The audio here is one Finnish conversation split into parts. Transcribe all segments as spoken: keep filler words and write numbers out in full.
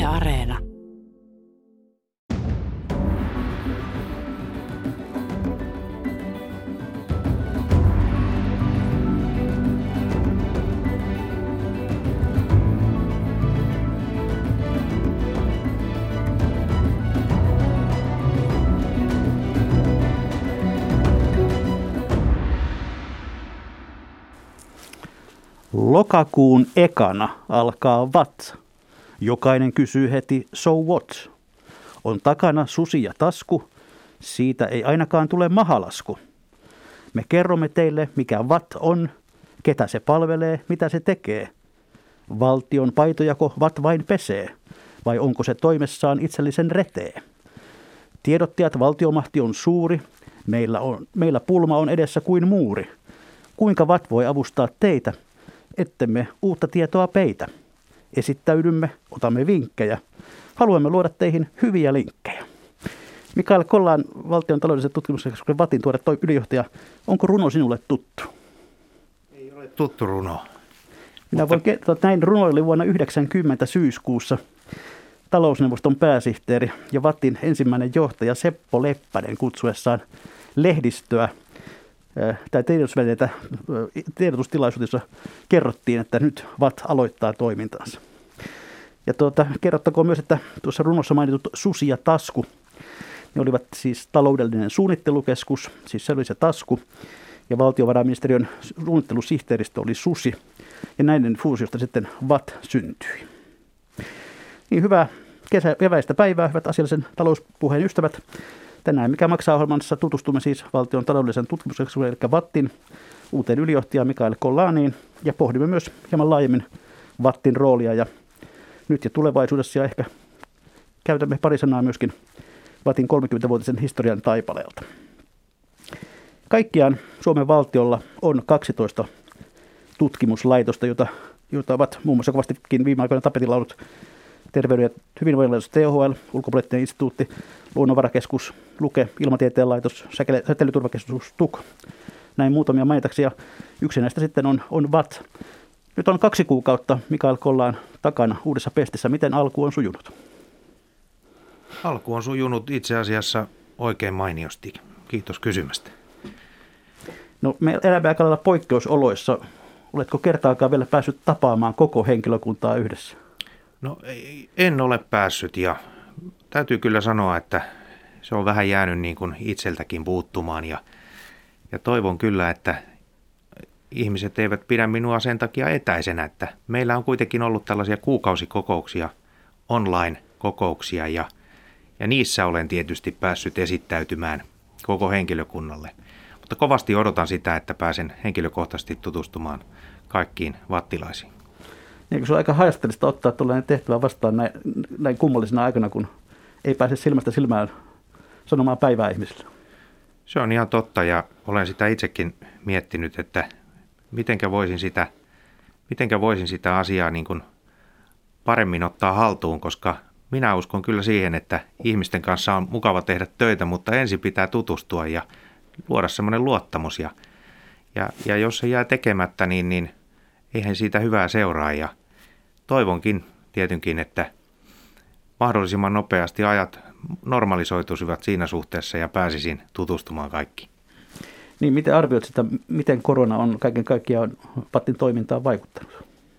Areena. Lokakuun ekana alkaa vatsa. Jokainen kysyy heti so what? On takana susi ja tasku, siitä ei ainakaan tule mahalasku. Me kerromme teille mikä vat on, ketä se palvelee, mitä se tekee. Valtion paitojako vat vain pesee, vai onko se toimessaan itsellisen retee? Tiedottajat valtiomahti on suuri, meillä, on, meillä pulma on edessä kuin muuri. Kuinka vat voi avustaa teitä? Ettemme uutta tietoa peitä. Esittäydymme, otamme vinkkejä. Haluamme luoda teihin hyviä linkkejä. Mikael Kollaan, Valtion taloudellisen tutkimuskeskuksen VATin tuore ylijohtaja. Onko runo sinulle tuttu? Ei ole tuttu runo. Minä voin kertoa, että näin runo oli vuonna yhdeksänkymmentä syyskuussa talousneuvoston pääsihteeri ja VATin ensimmäinen johtaja Seppo Leppänen kutsuessaan lehdistöä tai tiedotusvälineitä tiedotustilaisuudessa kerrottiin, että nyt vat aloittaa toimintansa. Ja tuota, kerrottakoon myös, että tuossa runossa mainitut susi ja tasku, ne olivat siis taloudellinen suunnittelukeskus, siis se oli se tasku, ja valtiovarainministeriön suunnittelusihteeristö oli susi, ja näiden fuusiosta sitten vat syntyi. Niin hyvää kesä, keväistä päivää, hyvät asiallisen talouspuheen ystävät. Tänään Mikä maksaa -ohjelmassa tutustumme siis Valtion taloudellisen tutkimuskeskuksen eli VATin uuteen ylijohtajaan Mikael Kollaaniin ja pohdimme myös hieman laajemmin VATin roolia ja nyt ja tulevaisuudessa ja ehkä käytämme pari sanaa myöskin VATin kolmekymmenvuotisen historian taipaleelta. Kaikkiaan Suomen valtiolla on kaksitoista tutkimuslaitosta, jota, jota ovat muun muassa kovastikin viime aikoina tapetilla ollut Terveyden ja hyvinvoinnin laitos T H L, Ulkopoliittinen instituutti, Luonnonvarakeskus, Luke, Ilmatieteen laitos, Säteilyturvakeskus, T U K. Näin muutamia mainitaksi ja yksi näistä sitten on, on vat. Nyt on kaksi kuukautta Mikael Kollaan takana uudessa pestissä. Miten alku on sujunut? Alku on sujunut itse asiassa oikein mainiosti. Kiitos kysymästä. No, me elämme aika lailla poikkeusoloissa. Oletko kertaakaan vielä päässyt tapaamaan koko henkilökuntaa yhdessä? No en ole päässyt ja täytyy kyllä sanoa, että se on vähän jäänyt niin kuin itseltäkin puuttumaan ja, ja toivon kyllä, että ihmiset eivät pidä minua sen takia etäisenä, että meillä on kuitenkin ollut tällaisia kuukausikokouksia, online-kokouksia ja, ja niissä olen tietysti päässyt esittäytymään koko henkilökunnalle. Mutta kovasti odotan sitä, että pääsen henkilökohtaisesti tutustumaan kaikkiin vattilaisiin. Eikö se ole aika haasteellista ottaa tuollainen tehtävä vastaan näin, näin kummallisena aikana, kun ei pääse silmästä silmään sanomaan päivää ihmisille? Se on ihan totta ja olen sitä itsekin miettinyt, että mitenkä voisin sitä, mitenkä voisin sitä asiaa niin kuin paremmin ottaa haltuun, koska minä uskon kyllä siihen, että ihmisten kanssa on mukava tehdä töitä, mutta ensin pitää tutustua ja luoda semmoinen luottamus. Ja, ja, ja jos se jää tekemättä, niin, niin eihän siitä hyvää seuraa ja toivonkin tietenkin, että mahdollisimman nopeasti ajat normalisoituisivat siinä suhteessa ja pääsisin tutustumaan kaikkiin. Niin, miten arvioit sitä, miten korona on kaiken kaikkiaan VATin toimintaan vaikuttanut?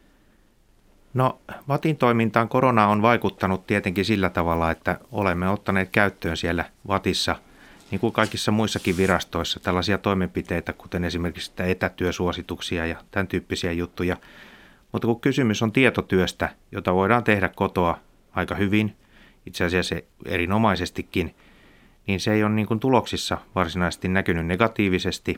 No, VATin toimintaan korona on vaikuttanut tietenkin sillä tavalla, että olemme ottaneet käyttöön siellä VATissa, niin kuin kaikissa muissakin virastoissa, tällaisia toimenpiteitä, kuten esimerkiksi etätyösuosituksia ja tämän tyyppisiä juttuja. Mutta kun kysymys on tietotyöstä, jota voidaan tehdä kotoa aika hyvin, itse asiassa erinomaisestikin, niin se ei ole niin kuin tuloksissa varsinaisesti näkynyt negatiivisesti.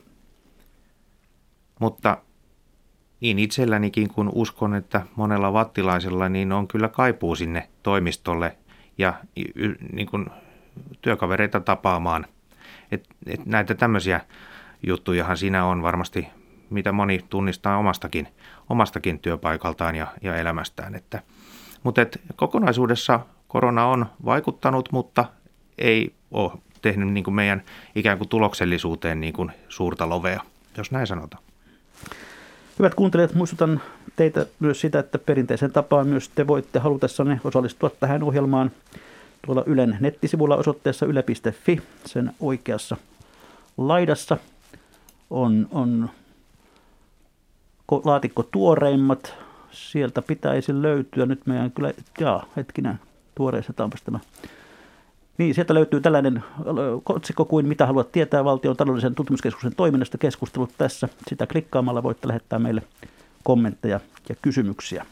Mutta niin itsellänikin kuin uskon, että monella vattilaisella niin on kyllä kaipuu sinne toimistolle ja niin kuin työkavereita tapaamaan. Et, et näitä tämmöisiä juttujahan siinä on varmasti, mitä moni tunnistaa omastakin, omastakin työpaikaltaan ja, ja elämästään. Että, mutta et kokonaisuudessa korona on vaikuttanut, mutta ei ole tehnyt niin kuin meidän ikään kuin tuloksellisuuteen niin kuin suurta lovea, jos näin sanotaan. Hyvät kuuntelijat, muistutan teitä myös sitä, että perinteisen tapaan myös te voitte halutessanne osallistua tähän ohjelmaan tuolla Ylen nettisivulla osoitteessa yle piste fi. Sen oikeassa laidassa on, on laatikko tuoreimmat. Sieltä pitäisi löytyä nyt meidän kyllä, jaa, hetkinen, tuoreissetaanpas tämä. Niin, sieltä löytyy tällainen otsikko kuin mitä haluat tietää Valtion taloudellisen tutkimuskeskuksen toiminnasta. Keskustelut tässä. Sitä klikkaamalla voitte lähettää meille kommentteja ja kysymyksiä.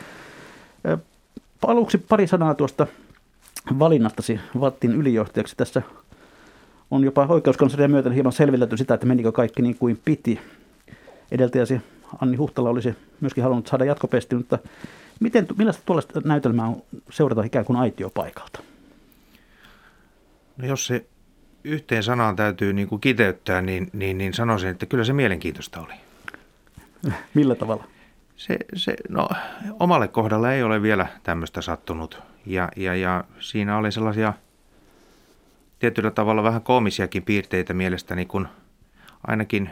Aluksi pari sanaa tuosta valinnastasi Vattin ylijohtajaksi. Tässä on jopa oikeuskansleria myöten hieman selvitelty sitä, että menikö kaikki niin kuin piti. Edeltäjäsi Anni Huhtala olisi myöskin halunnut saada jatkopesti, mutta miten, millaista tuollaista näytelmää on seurata ikään kuin aitiopaikalta? No jos se yhteen sanaan täytyy niin kuin kiteyttää, niin, niin, niin sanoisin, että kyllä se mielenkiintoista oli. Millä tavalla? Se, se, no, omalle kohdalle ei ole vielä tämmöistä sattunut. Ja, ja, ja siinä oli sellaisia tietyllä tavalla vähän koomisiakin piirteitä mielestäni, kun ainakin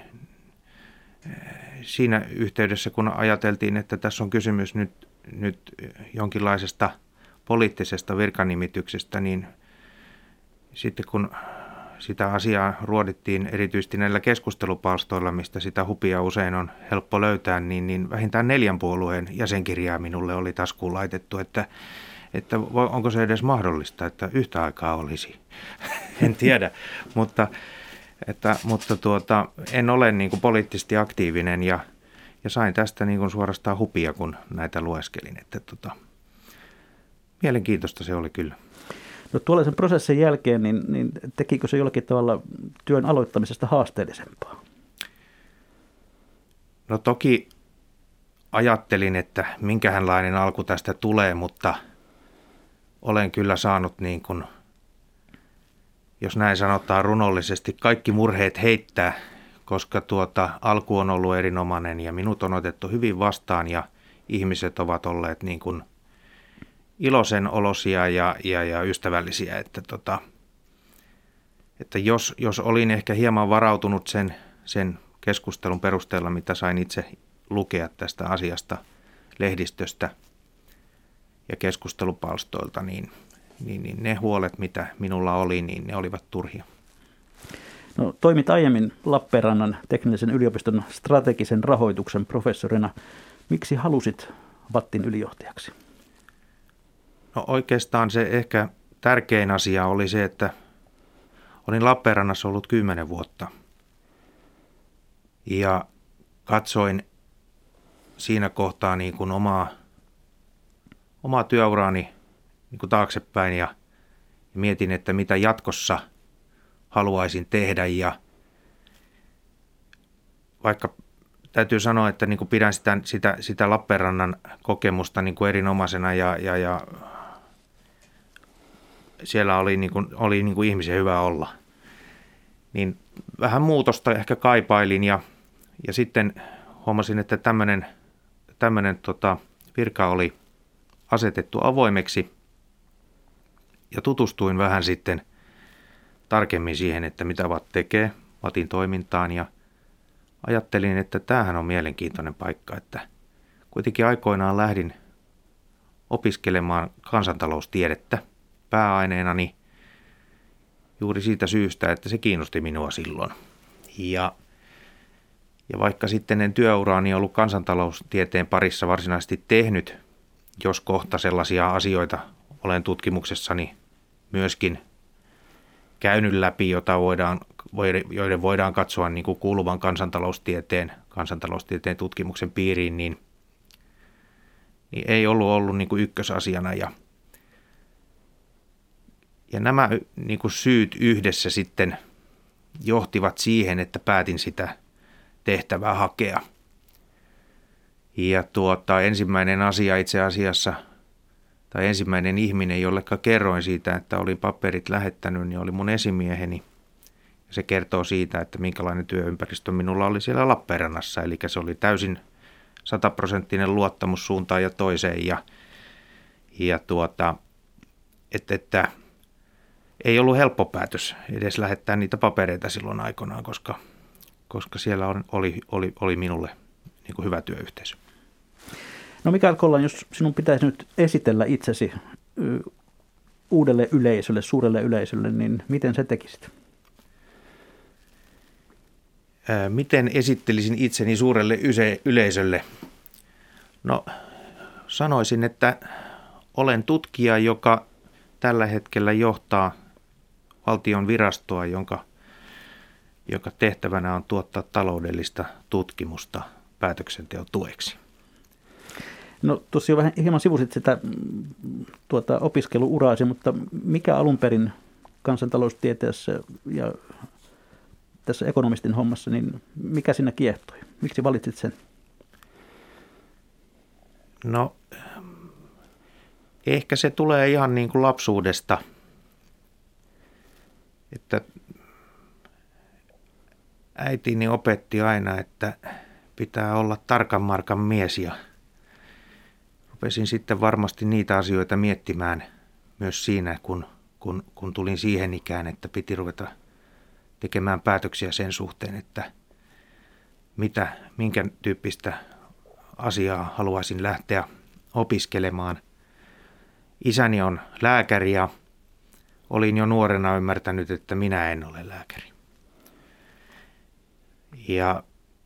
siinä yhteydessä, kun ajateltiin, että tässä on kysymys nyt, nyt jonkinlaisesta poliittisesta virkanimityksestä, niin sitten kun sitä asiaa ruodittiin erityisesti näillä keskustelupalstoilla, mistä sitä hupia usein on helppo löytää, niin, niin vähintään neljän puolueen jäsenkirjaa minulle oli taskuun laitettu, että, että onko se edes mahdollista, että yhtä aikaa olisi. En tiedä, mutta, että, mutta tuota, en ole niin kuin poliittisesti aktiivinen ja, ja sain tästä niin kuin suorastaan hupia, kun näitä lueskelin. Että, tota, mielenkiintoista se oli kyllä. No tuollaisen prosessin jälkeen, niin, niin tekikö se jollakin tavalla työn aloittamisesta haasteellisempaa? No toki ajattelin, että minkähänlainen alku tästä tulee, mutta olen kyllä saanut niin kuin, jos näin sanotaan runollisesti, kaikki murheet heittää, koska tuota, alku on ollut erinomainen ja minut on otettu hyvin vastaan ja ihmiset ovat olleet niin kuin iloisen olosia ja, ja, ja ystävällisiä, että, tota, että jos, jos olin ehkä hieman varautunut sen, sen keskustelun perusteella, mitä sain itse lukea tästä asiasta lehdistöstä ja keskustelupalstoilta, niin, niin, niin ne huolet, mitä minulla oli, niin ne olivat turhia. No, toimit aiemmin Lappeenrannan teknillisen yliopiston strategisen rahoituksen professorina. Miksi halusit Vattin ylijohtajaksi? No oikeastaan se ehkä tärkein asia oli se, että olin Lappeenrannassa ollut kymmenen vuotta ja katsoin siinä kohtaa niin kuin omaa, omaa työuraani niin kuin taaksepäin ja mietin, että mitä jatkossa haluaisin tehdä ja vaikka täytyy sanoa, että niin kuin pidän sitä, sitä, sitä Lappeenrannan kokemusta niin kuin erinomaisena ja, ja, ja siellä oli, niin kuin, oli niin kuin ihmisen hyvä olla. Niin vähän muutosta ehkä kaipailin ja, ja sitten huomasin, että tämmöinen, tämmöinen tota, virka oli asetettu avoimeksi ja tutustuin vähän sitten tarkemmin siihen, että mitä Vatt tekee, Vattin toimintaan ja ajattelin, että tämähän on mielenkiintoinen paikka, että kuitenkin aikoinaan lähdin opiskelemaan kansantaloustiedettä pääaineenani juuri siitä syystä, että se kiinnosti minua silloin. Ja, ja vaikka sitten en työuraani ollut kansantaloustieteen parissa varsinaisesti tehnyt, jos kohta sellaisia asioita olen tutkimuksessani myöskin käynyt läpi, jota voidaan, joiden voidaan katsoa niin kuin kuuluvan kansantaloustieteen, kansantaloustieteen tutkimuksen piiriin, niin, niin ei ollut ollut niin kuin ykkösasiana. Ja, ja nämä niin kuin syyt yhdessä sitten johtivat siihen, että päätin sitä tehtävää hakea. Ja tuota, ensimmäinen asia itse asiassa, tai ensimmäinen ihminen, jolleka kerroin siitä, että olin paperit lähettänyt, niin oli mun esimieheni. Se kertoo siitä, että minkälainen työympäristö minulla oli siellä Lappeenrannassa. Eli se oli täysin sataprosenttinen luottamus suuntaan ja toiseen. Ja, ja tuota, että, että ei ollut helppo päätös edes lähettää niitä papereita silloin aikoinaan, koska, koska siellä on, oli, oli, oli minulle niin kuin hyvä työyhteisö. No Mikael Kollan, jos sinun pitäisi nyt esitellä itsesi uudelle yleisölle, suurelle yleisölle, niin miten se tekisit? Ää, miten esittelisin itseni suurelle yleisölle? No sanoisin, että olen tutkija, joka tällä hetkellä johtaa valtion virastoa, jonka, joka tehtävänä on tuottaa taloudellista tutkimusta päätöksenteon tueksi. No tuossa jo vähän hieman sivusit sitä tuota, opiskeluuraasi, mutta mikä alun perin kansantaloustieteessä ja tässä ekonomistin hommassa, niin mikä siinä kiehtoi? Miksi valitsit sen? No ehkä se tulee ihan niin kuin lapsuudesta, että äitini opetti aina, että pitää olla tarkan markan mies ja rupesin sitten varmasti niitä asioita miettimään myös siinä, kun, kun, kun tulin siihen ikään, että piti ruveta tekemään päätöksiä sen suhteen, että mitä, minkä tyyppistä asiaa haluaisin lähteä opiskelemaan. Isäni on lääkäri ja olin jo nuorena ymmärtänyt, että minä en ole lääkäri. Ja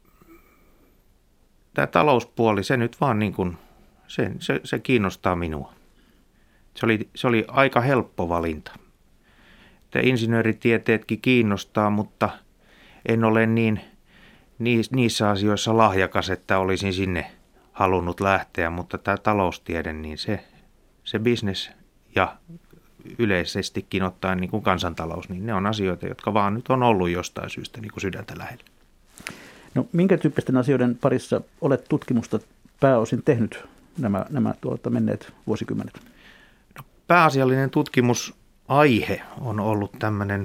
tämä talouspuoli, se nyt vaan niin kuin, se, se, se kiinnostaa minua. Se oli, se oli aika helppo valinta. Että insinööritieteetkin kiinnostaa, mutta en ole niin niissä asioissa lahjakas, että olisin sinne halunnut lähteä, mutta tämä taloustiede, niin se, se business ja yleisestikin ottaen niin kuin kansantalous, niin ne on asioita, jotka vaan nyt on ollut jostain syystä niin kuin sydäntä lähellä. No minkä tyyppisten asioiden parissa olet tutkimusta pääosin tehnyt nämä, nämä tuolta menneet vuosikymmenet? No, pääasiallinen tutkimusaihe on ollut tämmöinen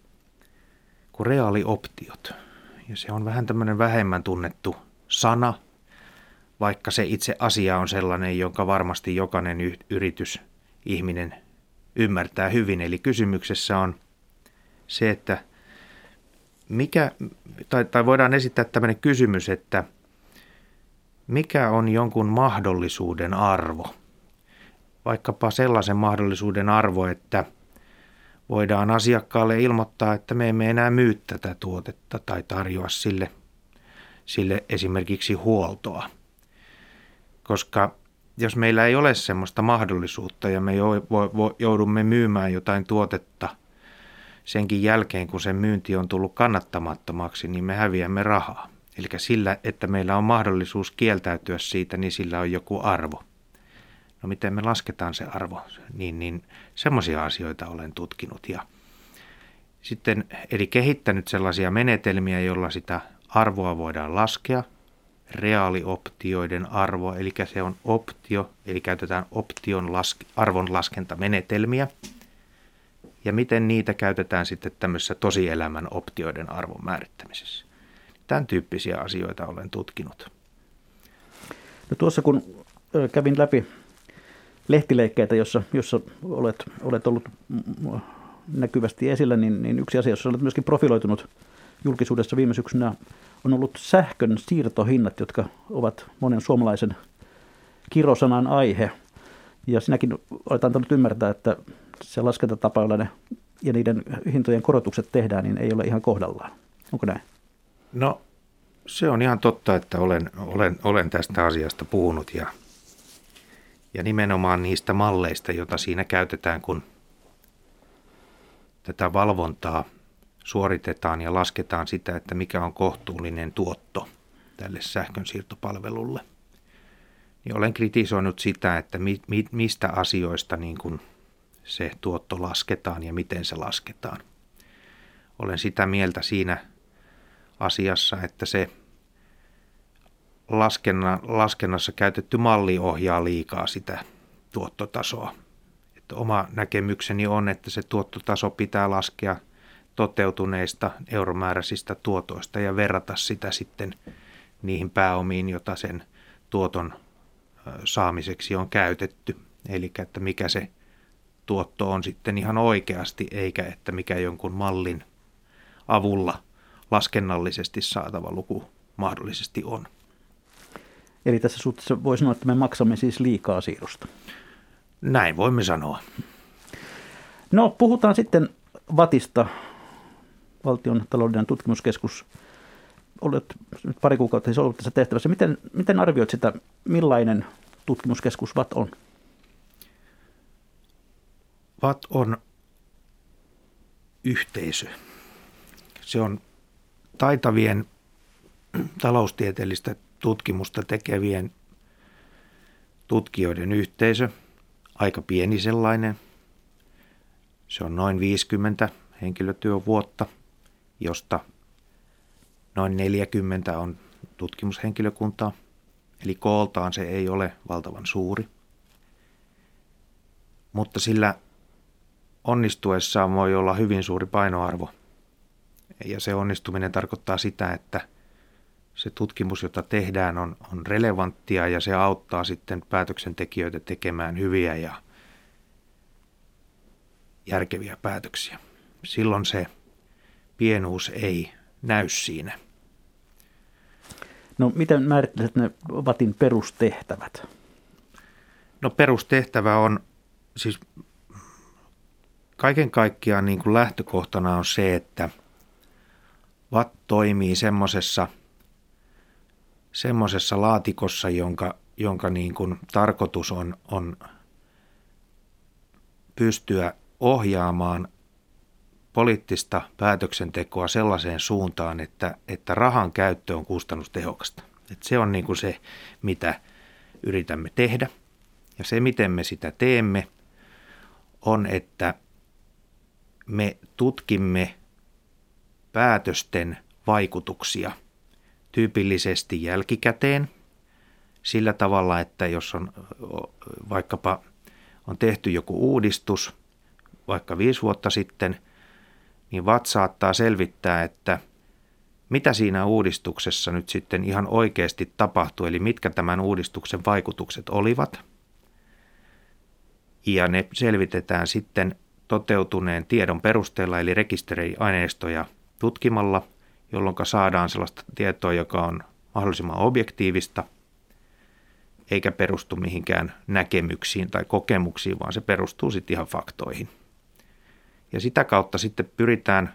kuin reaalioptiot. Ja se on vähän tämmöinen vähemmän tunnettu sana, vaikka se itse asia on sellainen, jonka varmasti jokainen yritys, ihminen ymmärtää hyvin. Eli kysymyksessä on se, että mikä, tai, tai voidaan esittää tämmöinen kysymys, että mikä on jonkun mahdollisuuden arvo? Vaikkapa sellaisen mahdollisuuden arvo, että voidaan asiakkaalle ilmoittaa, että me emme enää myy tätä tuotetta tai tarjoa sille, sille esimerkiksi huoltoa. Koska jos meillä ei ole semmoista mahdollisuutta ja me joudumme myymään jotain tuotetta senkin jälkeen, kun sen myynti on tullut kannattamattomaksi, niin me häviämme rahaa. Eli sillä, että meillä on mahdollisuus kieltäytyä siitä, niin sillä on joku arvo. No miten me lasketaan se arvo? Niin, niin semmoisia asioita olen tutkinut ja sitten eli kehittänyt sellaisia menetelmiä, joilla sitä arvoa voidaan laskea. Reaalioptioiden arvo, eli se on optio, eli käytetään option laske, arvon laskentamenetelmiä. Ja miten niitä käytetään sitten tämmöisessä tosielämän optioiden arvon määrittämisessä. Tämän tyyppisiä asioita olen tutkinut. No tuossa kun kävin läpi lehtileikkeitä, jossa, jossa olet, olet ollut näkyvästi esillä, niin, niin yksi asia, jossa olet myöskin profiloitunut julkisuudessa viime syksynä, on ollut sähkön siirtohinnat, jotka ovat monen suomalaisen kirosanan aihe. Ja sinäkin olet antanut ymmärtää, että se laskentatapa, jolla ne ja niiden hintojen korotukset tehdään, niin ei ole ihan kohdallaan. Onko näin? No se on ihan totta, että olen, olen, olen tästä asiasta puhunut ja, ja nimenomaan niistä malleista, joita siinä käytetään, kun tätä valvontaa suoritetaan ja lasketaan sitä, että mikä on kohtuullinen tuotto tälle sähkönsiirtopalvelulle. Niin olen kritisoinut sitä, että mi, mi, mistä asioista niin kuin se tuotto lasketaan ja miten se lasketaan. Olen sitä mieltä siinä asiassa, että se laskenna, laskennassa käytetty malli ohjaa liikaa sitä tuottotasoa. Että oma näkemykseni on, että se tuottotaso pitää laskea toteutuneista euromääräisistä tuotoista ja verrata sitä sitten niihin pääomiin, jota sen tuoton saamiseksi on käytetty. Eli että mikä se tuotto on sitten ihan oikeasti, eikä että mikä jonkun mallin avulla laskennallisesti saatava luku mahdollisesti on. Eli tässä suhteessa voi sanoa, että me maksamme siis liikaa siirrosta. Näin voimme sanoa. No puhutaan sitten VATista, Valtion taloudellinen tutkimuskeskus. Olet nyt pari kuukautta siis ollut tässä tehtävässä. Miten, miten arvioit sitä, millainen tutkimuskeskus V A T on? V A T on yhteisö. Se on taitavien taloustieteellistä tutkimusta tekevien tutkijoiden yhteisö, aika pieni sellainen. Se on noin viisikymmentä henkilötyövuotta, josta noin neljäkymmentä on tutkimushenkilökuntaa, eli kooltaan se ei ole valtavan suuri. Mutta sillä onnistuessaan voi olla hyvin suuri painoarvo. Ja se onnistuminen tarkoittaa sitä, että se tutkimus, jota tehdään, on, on relevanttia ja se auttaa sitten päätöksentekijöitä tekemään hyviä ja järkeviä päätöksiä. Silloin se pienuus ei näy siinä. No miten määrittelisit ne VATin perustehtävät? No perustehtävä on siis kaiken kaikkiaan niin kuin lähtökohtana on se, että V A T toimii semmoisessa semmoisessa laatikossa, jonka, jonka niin kuin tarkoitus on, on pystyä ohjaamaan poliittista päätöksentekoa sellaiseen suuntaan, että, että rahan käyttö on kustannustehokasta. Että se on niin kuin se, mitä yritämme tehdä. Ja se, miten me sitä teemme, on, että me tutkimme päätösten vaikutuksia tyypillisesti jälkikäteen sillä tavalla, että jos on vaikkapa on tehty joku uudistus vaikka viisi vuotta sitten, niin V A T saattaa selvittää, että mitä siinä uudistuksessa nyt sitten ihan oikeasti tapahtui, eli mitkä tämän uudistuksen vaikutukset olivat. Ja ne selvitetään sitten toteutuneen tiedon perusteella, eli rekisteriaineistoja tutkimalla, jolloin saadaan sellaista tietoa, joka on mahdollisimman objektiivista, eikä perustu mihinkään näkemyksiin tai kokemuksiin, vaan se perustuu sitten ihan faktoihin. Ja sitä kautta sitten pyritään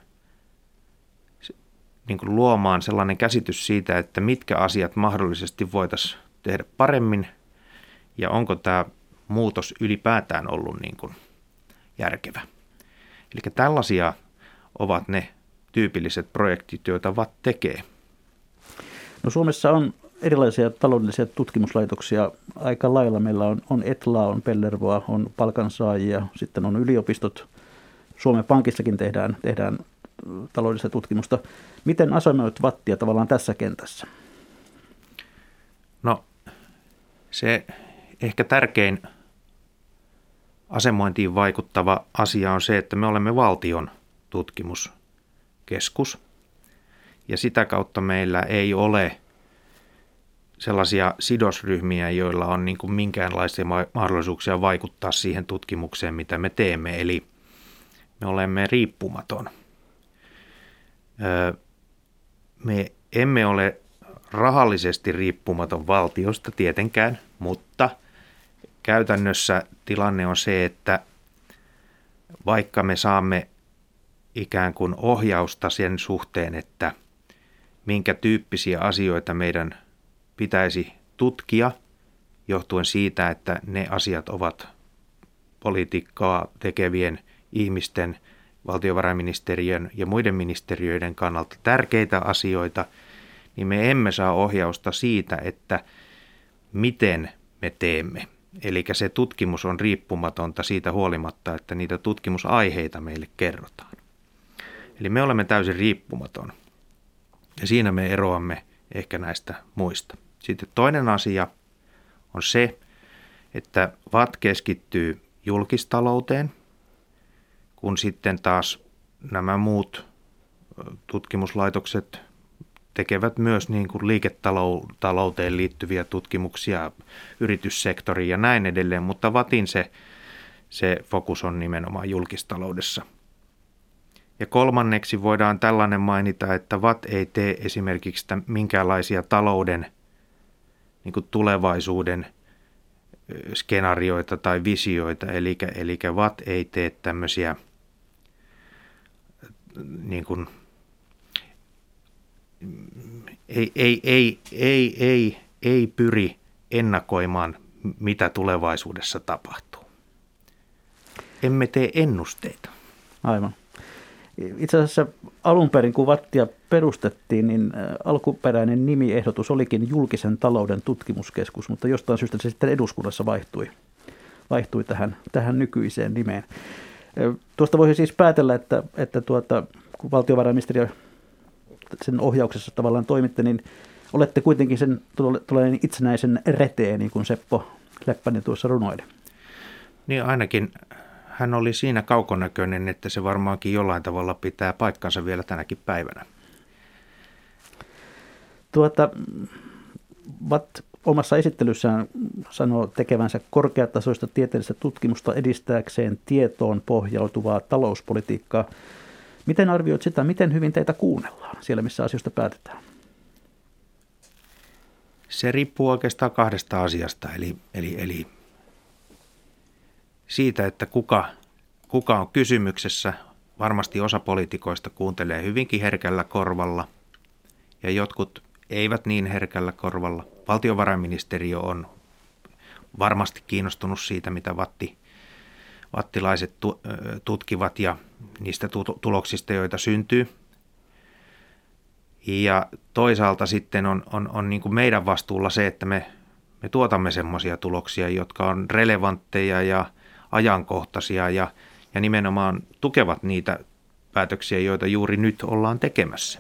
niin kuin luomaan sellainen käsitys siitä, että mitkä asiat mahdollisesti voitaisiin tehdä paremmin ja onko tämä muutos ylipäätään ollut niin kuin järkevä. Eli tällaisia ovat ne tyypilliset projektit, joita V A T tekee. No Suomessa on erilaisia taloudellisia tutkimuslaitoksia aika lailla. Meillä on, on Etlaa, on Pellervoa, on palkansaajia, sitten on yliopistot. Suomen Pankissakin tehdään, tehdään taloudellista tutkimusta. Miten asemoit V A T:ia tavallaan tässä kentässä? No se ehkä tärkein asemointiin vaikuttava asia on se, että me olemme valtion tutkimuskeskus ja sitä kautta meillä ei ole sellaisia sidosryhmiä, joilla on niin kuin minkäänlaisia mahdollisuuksia vaikuttaa siihen tutkimukseen, mitä me teemme. Eli me olemme riippumaton. Me emme ole rahallisesti riippumaton valtiosta tietenkään, mutta käytännössä tilanne on se, että vaikka me saamme ikään kuin ohjausta sen suhteen, että minkä tyyppisiä asioita meidän pitäisi tutkia, johtuen siitä, että ne asiat ovat politiikkaa tekevien ihmisten, valtiovarainministeriön ja muiden ministeriöiden kannalta tärkeitä asioita, niin me emme saa ohjausta siitä, että miten me teemme. Eli se tutkimus on riippumatonta siitä huolimatta, että niitä tutkimusaiheita meille kerrotaan. Eli me olemme täysin riippumaton. Ja siinä me eroamme ehkä näistä muista. Sitten toinen asia on se, että V A T keskittyy julkistalouteen, kun sitten taas nämä muut tutkimuslaitokset tekevät myös niin kuin liiketalouteen liittyviä tutkimuksia, yrityssektoriin ja näin edelleen, mutta V A Tin se, se fokus on nimenomaan julkistaloudessa. Ja kolmanneksi voidaan tällainen mainita, että V A T ei tee esimerkiksi minkäänlaisia talouden niin kuin tulevaisuuden skenaarioita tai visioita, eli, eli V A T ei tee tämmöisiä niin kuin, ei, ei, ei, ei, ei, ei pyri ennakoimaan, mitä tulevaisuudessa tapahtuu. Emme tee ennusteita. Aivan. Itse asiassa alun perin, kun VATTia perustettiin, niin alkuperäinen nimiehdotus olikin Julkisen talouden tutkimuskeskus, mutta jostain syystä se sitten eduskunnassa vaihtui, vaihtui tähän, tähän nykyiseen nimeen. Tuosta voisi siis päätellä, että, että tuota, kun valtiovarainministeriö sen ohjauksessa tavallaan toimitte, niin olette kuitenkin sen tuollainen itsenäisen reteen, niin kuin Seppo Leppänen tuossa runoili. Niin ainakin hän oli siinä kaukonäköinen, että se varmaankin jollain tavalla pitää paikkansa vielä tänäkin päivänä. Tuota, V A T omassa esittelyssään sanoo tekevänsä korkeatasoista tieteellistä tutkimusta edistääkseen tietoon pohjautuvaa talouspolitiikkaa. Miten arvioit sitä, miten hyvin teitä kuunnellaan siellä, missä asioista päätetään? Se riippuu oikeastaan kahdesta asiasta, eli, eli, eli siitä, että kuka, kuka on kysymyksessä. Varmasti osa poliitikoista kuuntelee hyvinkin herkällä korvalla ja jotkut eivät niin herkällä korvalla. Valtiovarainministeriö on varmasti kiinnostunut siitä, mitä vatti, vattilaiset tutkivat ja niistä tuloksista, joita syntyy. Ja toisaalta sitten on, on, on niin kuin meidän vastuulla se, että me, me tuotamme semmoisia tuloksia, jotka on relevantteja ja ajankohtaisia ja, ja nimenomaan tukevat niitä päätöksiä, joita juuri nyt ollaan tekemässä.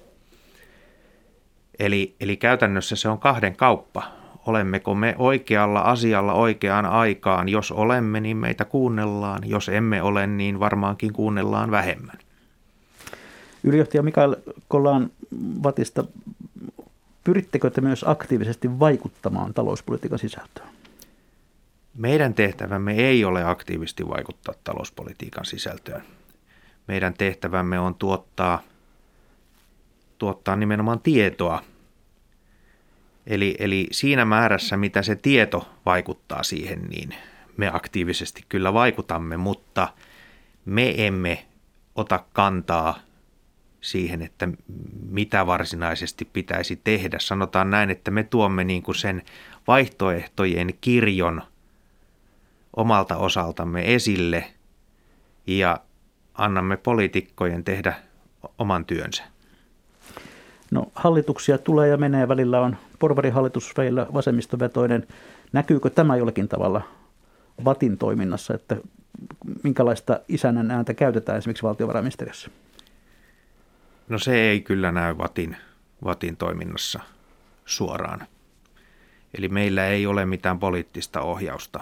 Eli, eli käytännössä se on kahden kauppa. Olemmeko me oikealla asialla oikeaan aikaan? Jos olemme, niin meitä kuunnellaan. Jos emme ole, niin varmaankin kuunnellaan vähemmän. Ylijohtaja Mikael Collan VATista, pyrittekö te myös aktiivisesti vaikuttamaan talouspolitiikan sisältöön? Meidän tehtävämme ei ole aktiivisesti vaikuttaa talouspolitiikan sisältöön. Meidän tehtävämme on tuottaa, tuottaa nimenomaan tietoa. Eli, eli siinä määrässä, mitä se tieto vaikuttaa siihen, niin me aktiivisesti kyllä vaikutamme, mutta me emme ota kantaa siihen, että mitä varsinaisesti pitäisi tehdä. Sanotaan näin, että me tuomme niin kuin sen vaihtoehtojen kirjon omalta osaltamme esille ja annamme poliitikkojen tehdä oman työnsä. No, hallituksia tulee ja menee, välillä on porvarihallitus, välillä vasemmistovetoinen. Näkyykö tämä jollakin tavalla VATin toiminnassa, että minkälaista isännän ääntä käytetään esimerkiksi valtiovarainministeriössä? No se ei kyllä näy VATin, VATin toiminnassa suoraan. Eli meillä ei ole mitään poliittista ohjausta.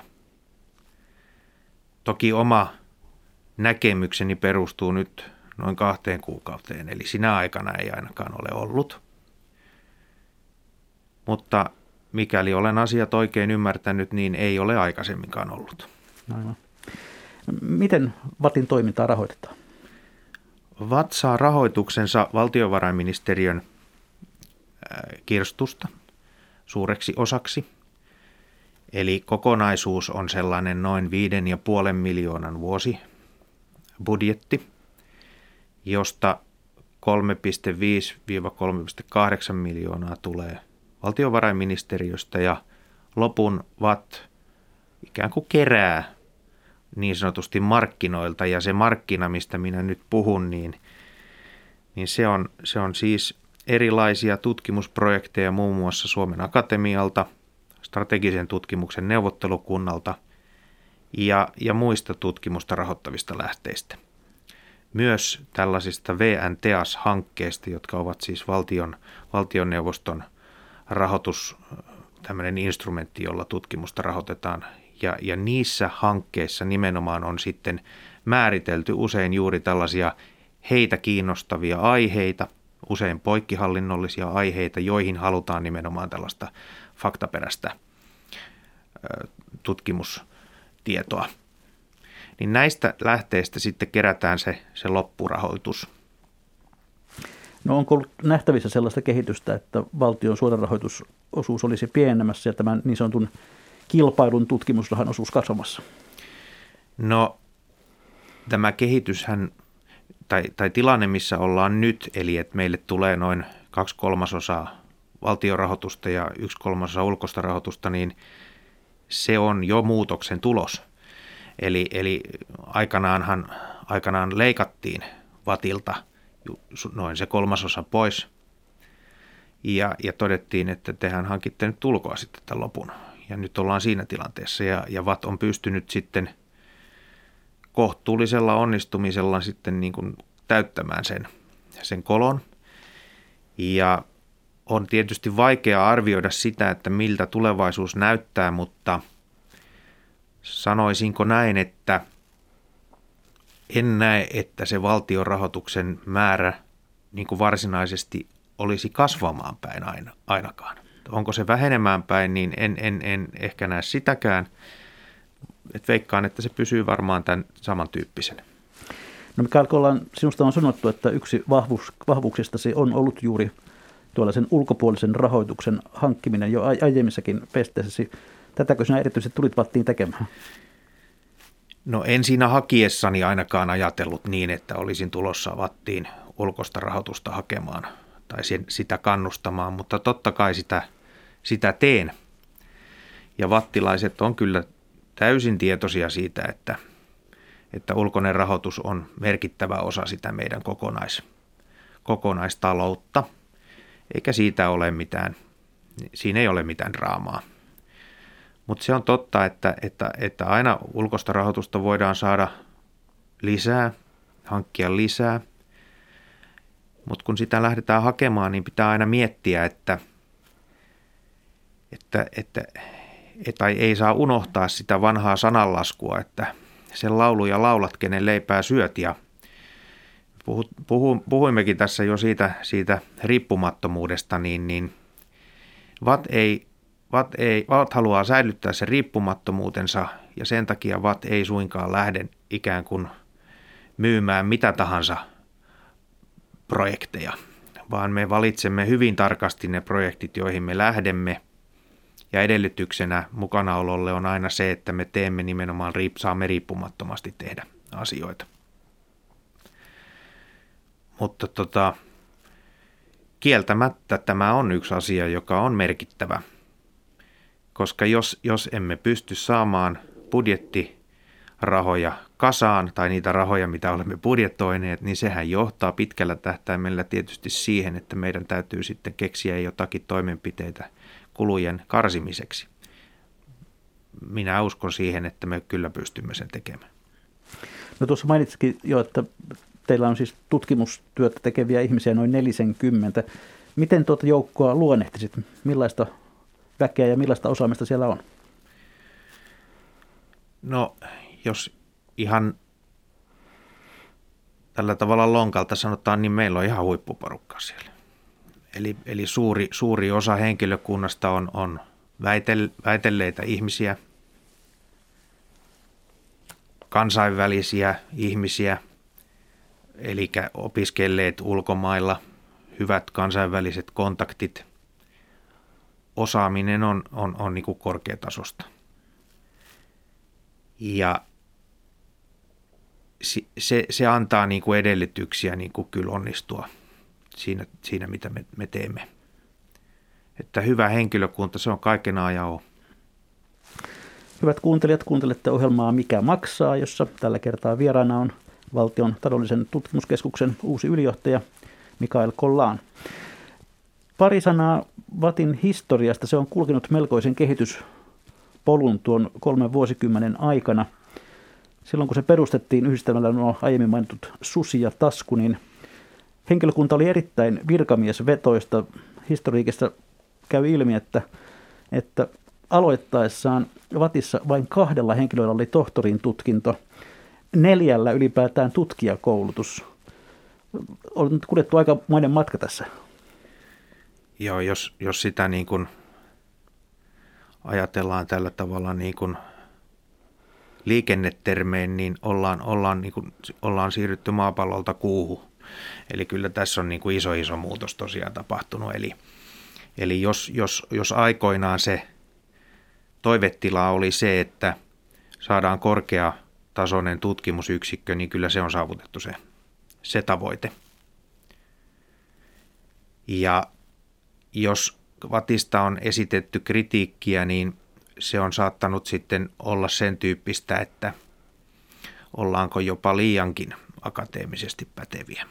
Toki oma näkemykseni perustuu nyt noin kahteen kuukauteen, eli sinä aikana ei ainakaan ole ollut. Mutta mikäli olen asiat oikein ymmärtänyt, niin ei ole aikaisemminkaan ollut. Aivan. Miten VATin toimintaa rahoitetaan? V A T saa rahoituksensa valtiovarainministeriön kirstusta suureksi osaksi. Eli kokonaisuus on sellainen noin viiden ja puolen miljoonan vuosibudjetti, josta kolme pilkku viisi - kolme pilkku kahdeksan miljoonaa tulee valtiovarainministeriöstä ja lopun V A T ikään kuin kerää niin sanotusti markkinoilta, ja se markkina, mistä minä nyt puhun, niin, niin se, on, se on siis erilaisia tutkimusprojekteja muun muassa Suomen Akatemialta, strategisen tutkimuksen neuvottelukunnalta ja, ja muista tutkimusta rahoittavista lähteistä. Myös tällaisista V N T E A S-hankkeista, jotka ovat siis valtion, valtioneuvoston rahoitus, tämmöinen instrumentti, jolla tutkimusta rahoitetaan. Ja, ja niissä hankkeissa nimenomaan on sitten määritelty usein juuri tällaisia heitä kiinnostavia aiheita, usein poikkihallinnollisia aiheita, joihin halutaan nimenomaan tällaista faktaperäistä tutkimustietoa. Niin näistä lähteistä sitten kerätään se, se loppurahoitus. No onko ollut nähtävissä sellaista kehitystä, että valtion suorarahoitusosuus olisi pienenemässä ja tämän niin sanotun kilpailun tutkimusrahan osuus kasvamassa? No tämä kehityshän, tai, tai tilanne missä ollaan nyt, eli että meille tulee noin kaksi kolmasosaa valtionrahoitusta ja yksi kolmasosa ulkoista rahoitusta, niin se on jo muutoksen tulos. Eli, eli aikanaanhan, aikanaan leikattiin Vatilta noin se kolmasosa pois ja, ja todettiin, että tehän hankitte nyt ulkoa sitten tämän lopun. Ja nyt ollaan siinä tilanteessa ja, ja V A T on pystynyt sitten kohtuullisella onnistumisella sitten niin kuin täyttämään sen, sen kolon. Ja on tietysti vaikea arvioida sitä, että miltä tulevaisuus näyttää, mutta sanoisinko näin, että en näe, että se valtion rahoituksen määrä niin kuin varsinaisesti olisi kasvamaan päin aina, ainakaan. Onko se vähenemään päin, niin en, en, en ehkä näe sitäkään. Et veikkaan, että se pysyy varmaan tämän samantyyppisen. No Mikael Kollaan, sinusta on sanottu, että yksi vahvuus, vahvuuksistasi on ollut juuri tuollaisen ulkopuolisen rahoituksen hankkiminen jo aiemmissakin pesteissäsi. Tätäkö sinä erityisesti tulit Vattiin tekemään? No en siinä hakiessani ainakaan ajatellut niin, että olisin tulossa Vattiin ulkoista rahoitusta hakemaan tai sitä kannustamaan, mutta totta kai sitä, sitä teen. Ja vattilaiset on kyllä täysin tietoisia siitä, että, että ulkoinen rahoitus on merkittävä osa sitä meidän kokonais, kokonaistaloutta, eikä siitä ole mitään, siinä ei ole mitään draamaa. Mutta se on totta, että, että, että aina ulkoista rahoitusta voidaan saada lisää, hankkia lisää, mutta kun sitä lähdetään hakemaan, niin pitää aina miettiä, että, että, että tai ei saa unohtaa sitä vanhaa sananlaskua, että sen laulu ja laulat, kenen leipää syöt. Ja puhu, puhu, puhuimmekin tässä jo siitä, siitä riippumattomuudesta, niin, niin V A T, ei, V A T, ei, V A T haluaa säilyttää sen riippumattomuutensa ja sen takia V A T ei suinkaan lähde ikään kuin myymään mitä tahansa projekteja, vaan me valitsemme hyvin tarkasti ne projektit, joihin me lähdemme. Ja edellytyksenä mukanaololle on aina se, että me teemme nimenomaan, saamme riippumattomasti tehdä asioita. Mutta tota, kieltämättä tämä on yksi asia, joka on merkittävä, koska jos, jos emme pysty saamaan budjettirahoja kasaan tai niitä rahoja, mitä olemme budjetoineet, niin sehän johtaa pitkällä tähtäimellä tietysti siihen, että meidän täytyy sitten keksiä jotakin toimenpiteitä kulujen karsimiseksi. Minä uskon siihen, että me kyllä pystymme sen tekemään. No tuossa mainitsikin jo, että teillä on siis tutkimustyötä tekeviä ihmisiä noin nelisenkymmentä. Miten tuota joukkoa luonnehtisit? Millaista väkeä ja millaista osaamista siellä on? No jos ihan tällä tavalla lonkalta sanotaan, niin meillä on ihan huippuporukka siellä. Eli, eli suuri, suuri osa henkilökunnasta on, on väitel, väitelleitä ihmisiä, kansainvälisiä ihmisiä, eli opiskelleet ulkomailla, hyvät kansainväliset kontaktit. Osaaminen on, on, on niin kuin korkeatasosta. Ja se, se antaa niin kuin edellytyksiä niin kuin kyllä onnistua siinä, siinä mitä me, me teemme. Että hyvä henkilökunta, se on kaiken A ja O. Hyvät kuuntelijat, kuuntelette ohjelmaa Mikä maksaa, jossa tällä kertaa vieraana on Valtion taloudellisen tutkimuskeskuksen uusi ylijohtaja Mikael Kollaan. Pari sanaa VATin historiasta. Se on kulkenut melkoisen kehityspolun tuon kolmen vuosikymmenen aikana. Silloin kun se perustettiin yhdistelmällä nuo aiemmin mainitut Susi ja Tasku, niin henkilökunta oli erittäin virkamiesvetoista. Historiikissa käy ilmi, että, että aloittaessaan VATissa vain kahdella henkilöllä oli tohtorin tutkinto, neljällä ylipäätään tutkijakoulutus. On kuljettu aikamoinen matka tässä. Joo, jos, jos sitä niin kuin ajatellaan tällä tavalla niin kuin liikennetermein, niin ollaan, ollaan, niin kuin, ollaan siirrytty maapallolta kuuhun. Eli kyllä tässä on niin kuin iso iso muutos tosiaan tapahtunut. Eli, eli jos, jos, jos aikoinaan se toivetila oli se, että saadaan korkeatasoinen tutkimusyksikkö, niin kyllä se on saavutettu se, se tavoite. Ja jos VATista on esitetty kritiikkiä, niin se on saattanut sitten olla sen tyyppistä, että ollaanko jopa liiankin akateemisesti päteviä.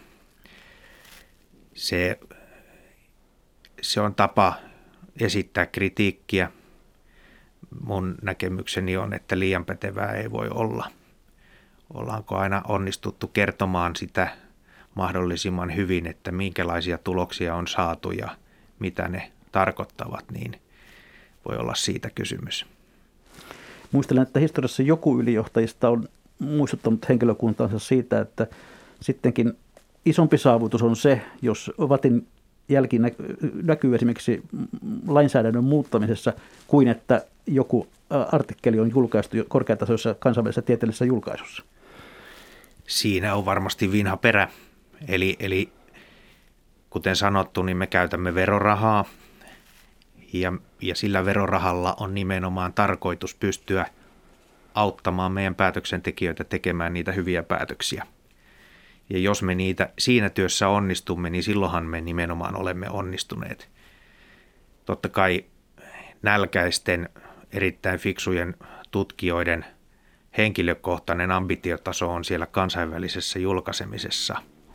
Se, se on tapa esittää kritiikkiä. Mun näkemykseni on, että liian pätevää ei voi olla. Ollaanko aina onnistuttu kertomaan sitä mahdollisimman hyvin, että minkälaisia tuloksia on saatu ja mitä ne tarkoittavat, niin voi olla siitä kysymys. Muistelen, että historiassa joku ylijohtajista on muistuttanut henkilökuntansa siitä, että sittenkin isompi saavutus on se, jos VATin jälki näkyy esimerkiksi lainsäädännön muuttamisessa, kuin että joku artikkeli on julkaistu korkeatasoisessa kansainvälisessä tieteellisessä julkaisussa. Siinä on varmasti vinha perä. Eli, eli kuten sanottu, niin me käytämme verorahaa ja, ja sillä verorahalla on nimenomaan tarkoitus pystyä auttamaan meidän päätöksentekijöitä tekemään niitä hyviä päätöksiä. Ja jos me niitä siinä työssä onnistumme, niin silloinhan me nimenomaan olemme onnistuneet. Totta kai nälkäisten, erittäin fiksujen tutkijoiden henkilökohtainen ambitiotaso on siellä kansainvälisessä julkaisemisessa.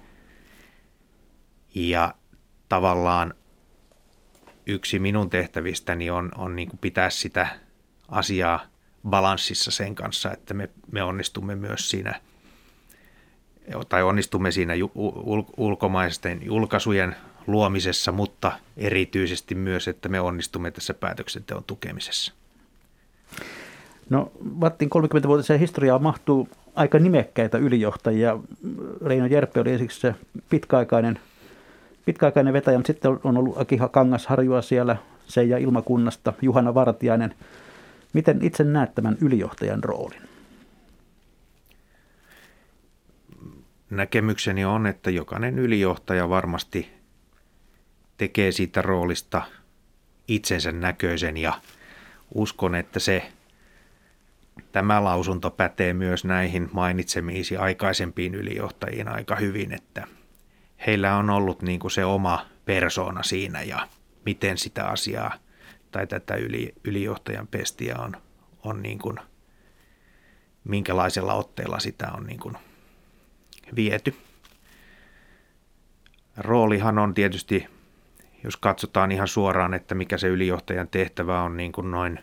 Ja tavallaan yksi minun tehtävistäni on, on niin kuin pitää sitä asiaa balanssissa sen kanssa, että me, me onnistumme myös siinä, tai onnistumme siinä ul, ulkomaisten julkaisujen luomisessa, mutta erityisesti myös, että me onnistumme tässä päätöksenteon tukemisessa. No, VATin kolmekymmentävuotiseen historiaan mahtuu aika nimekkäitä ylijohtajia. Reino Järpe oli ensiksi se pitkäaikainen, pitkäaikainen vetäjä, mutta sitten on ollut Akiha Kangasharjua siellä, Seija Ilmakunnasta, Juhana Vartiainen. Miten itse näet tämän ylijohtajan roolin? Näkemykseni on, että jokainen ylijohtaja varmasti tekee siitä roolista itsensä näköisen ja uskon, että se tämä lausunto pätee myös näihin mainitsemiisi aikaisempiin ylijohtajiin aika hyvin, että heillä on ollut niin kuin se oma persoona siinä ja miten sitä asiaa tai tätä yli, ylijohtajan pestiä on, on niin kuin, minkälaisella otteella sitä on niin kuin viety. Roolihan on tietysti, jos katsotaan ihan suoraan, että mikä se ylijohtajan tehtävä on niin kuin noin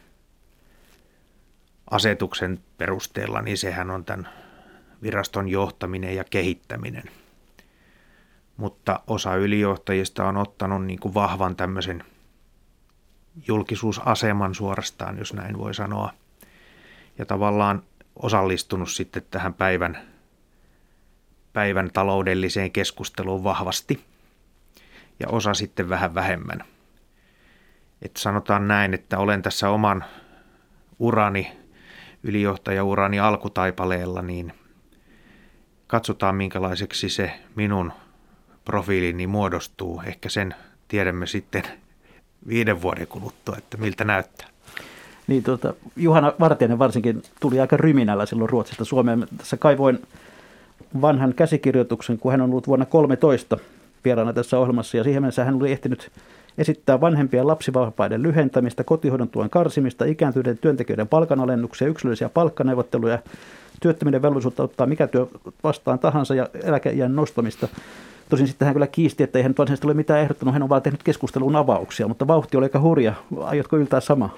asetuksen perusteella, niin sehän on tämän viraston johtaminen ja kehittäminen. Mutta osa ylijohtajista on ottanut niin kuin vahvan tämmöisen julkisuusaseman suorastaan, jos näin voi sanoa, ja tavallaan osallistunut sitten tähän päivän, päivän taloudelliseen keskusteluun vahvasti, ja osa sitten vähän vähemmän. Et sanotaan näin, että olen tässä oman urani, ylijohtajaurani alkutaipaleella, niin katsotaan minkälaiseksi se minun profiilini muodostuu. Ehkä sen tiedämme sitten viiden vuoden kuluttua, että miltä näyttää. Niin, tuota, Juhana Vartiainen varsinkin tuli aika ryminällä silloin Ruotsista Suomeen. Tässä kaivoin vanhan käsikirjoituksen, kun hän on ollut vuonna kolmetoista vieraana tässä ohjelmassa, ja siihen mennessä hän oli ehtinyt esittää vanhempien lapsivapaiden lyhentämistä, kotihoidon tuen karsimista, ikääntyneiden työntekijöiden palkanalennuksia, yksilöllisiä palkkaneuvotteluja, työttömyyden velvollisuutta ottaa mikä työ vastaan tahansa ja eläkeiän nostamista. Tosin sitten hän kyllä kiisti, että ei hän nyt varsinaisesti ole mitään ehdottanut, hän on vaan tehnyt keskustelun avauksia, mutta vauhti oli aika hurja. Aiotko yltää samaa?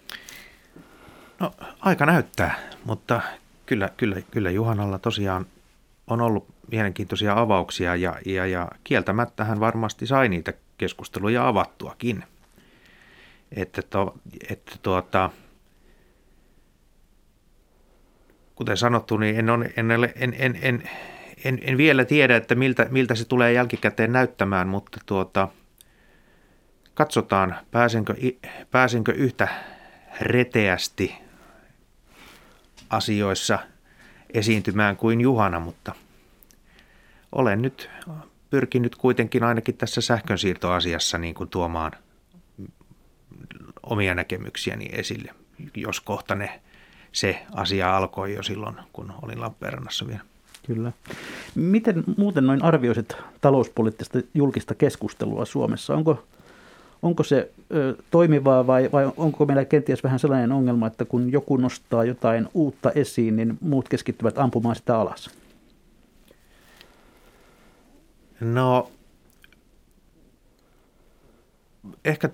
No aika näyttää, mutta kyllä, kyllä, kyllä Juhanalla tosiaan on ollut mielenkiintoisia avauksia ja, ja, ja kieltämättä hän varmasti sai niitä keskusteluja avattuakin. Että, to, että tuota, kuten sanottu, niin en, on, en, en, en, en, en, en vielä tiedä, että miltä, miltä se tulee jälkikäteen näyttämään, mutta tuota, katsotaan, pääsenkö, pääsenkö yhtä reteästi asioissa esiintymään kuin Juhana, mutta olen nyt pyrkinyt kuitenkin ainakin tässä sähkönsiirtoasiassa niin kuin tuomaan omia näkemyksiäni esille, jos kohta ne, se asia alkoi jo silloin, kun olin Lappeenrannassa vielä. Kyllä. Miten muuten noin arvioisit talouspoliittista julkista keskustelua Suomessa? Onko, onko se ö, toimivaa vai, vai onko meillä kenties vähän sellainen ongelma, että kun joku nostaa jotain uutta esiin, niin muut keskittyvät ampumaan sitä alas? No, ehkä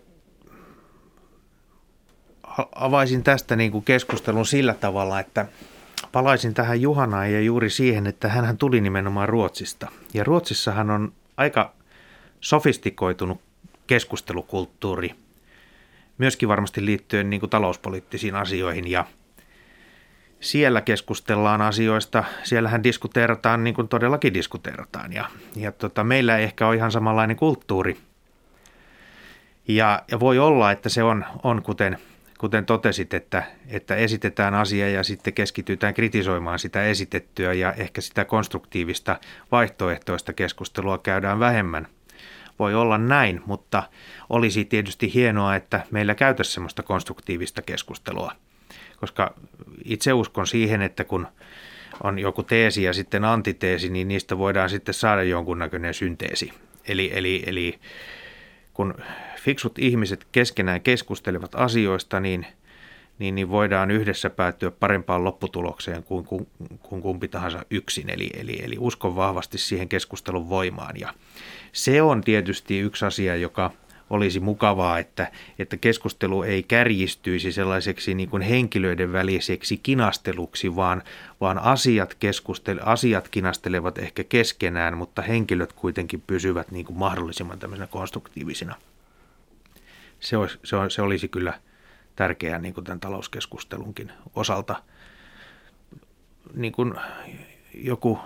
avaisin tästä niin kuin keskustelun sillä tavalla, että palaisin tähän Juhanaan ja juuri siihen, että hänhän tuli nimenomaan Ruotsista. Ja Ruotsissahan on aika sofistikoitunut keskustelukulttuuri, myöskin varmasti liittyen niin kuin talouspoliittisiin asioihin. Ja siellä keskustellaan asioista, siellähän diskuteerataan niin kuin todellakin diskuteerataan. Ja, ja tota, meillä ei ehkä ole ihan samanlainen kulttuuri. Ja, ja voi olla, että se on, on kuten... Kuten totesit, että, että esitetään asia ja sitten keskitytään kritisoimaan sitä esitettyä ja ehkä sitä konstruktiivista vaihtoehtoista keskustelua käydään vähemmän. Voi olla näin, mutta olisi tietysti hienoa, että meillä käytäisiin semmoista konstruktiivista keskustelua, koska itse uskon siihen, että kun on joku teesi ja sitten antiteesi, niin niistä voidaan sitten saada jonkunnäköinen synteesi. Eli, eli, eli kun fiksut ihmiset keskenään keskustelevat asioista, niin, niin, niin voidaan yhdessä päätyä parempaan lopputulokseen kuin, kuin, kuin kumpi tahansa yksin. Eli, eli, eli uskon vahvasti siihen keskustelun voimaan. Ja se on tietysti yksi asia, joka olisi mukavaa, että, että keskustelu ei kärjistyisi sellaiseksi niin kuin henkilöiden väliseksi kinasteluksi, vaan, vaan asiat, keskustel- asiat kinastelevat ehkä keskenään, mutta henkilöt kuitenkin pysyvät niin kuin mahdollisimman tämmöisenä konstruktiivisina. Se olisi, se, olisi, se olisi kyllä tärkeää niin kuin tämän talouskeskustelunkin osalta. Niin kuin joku,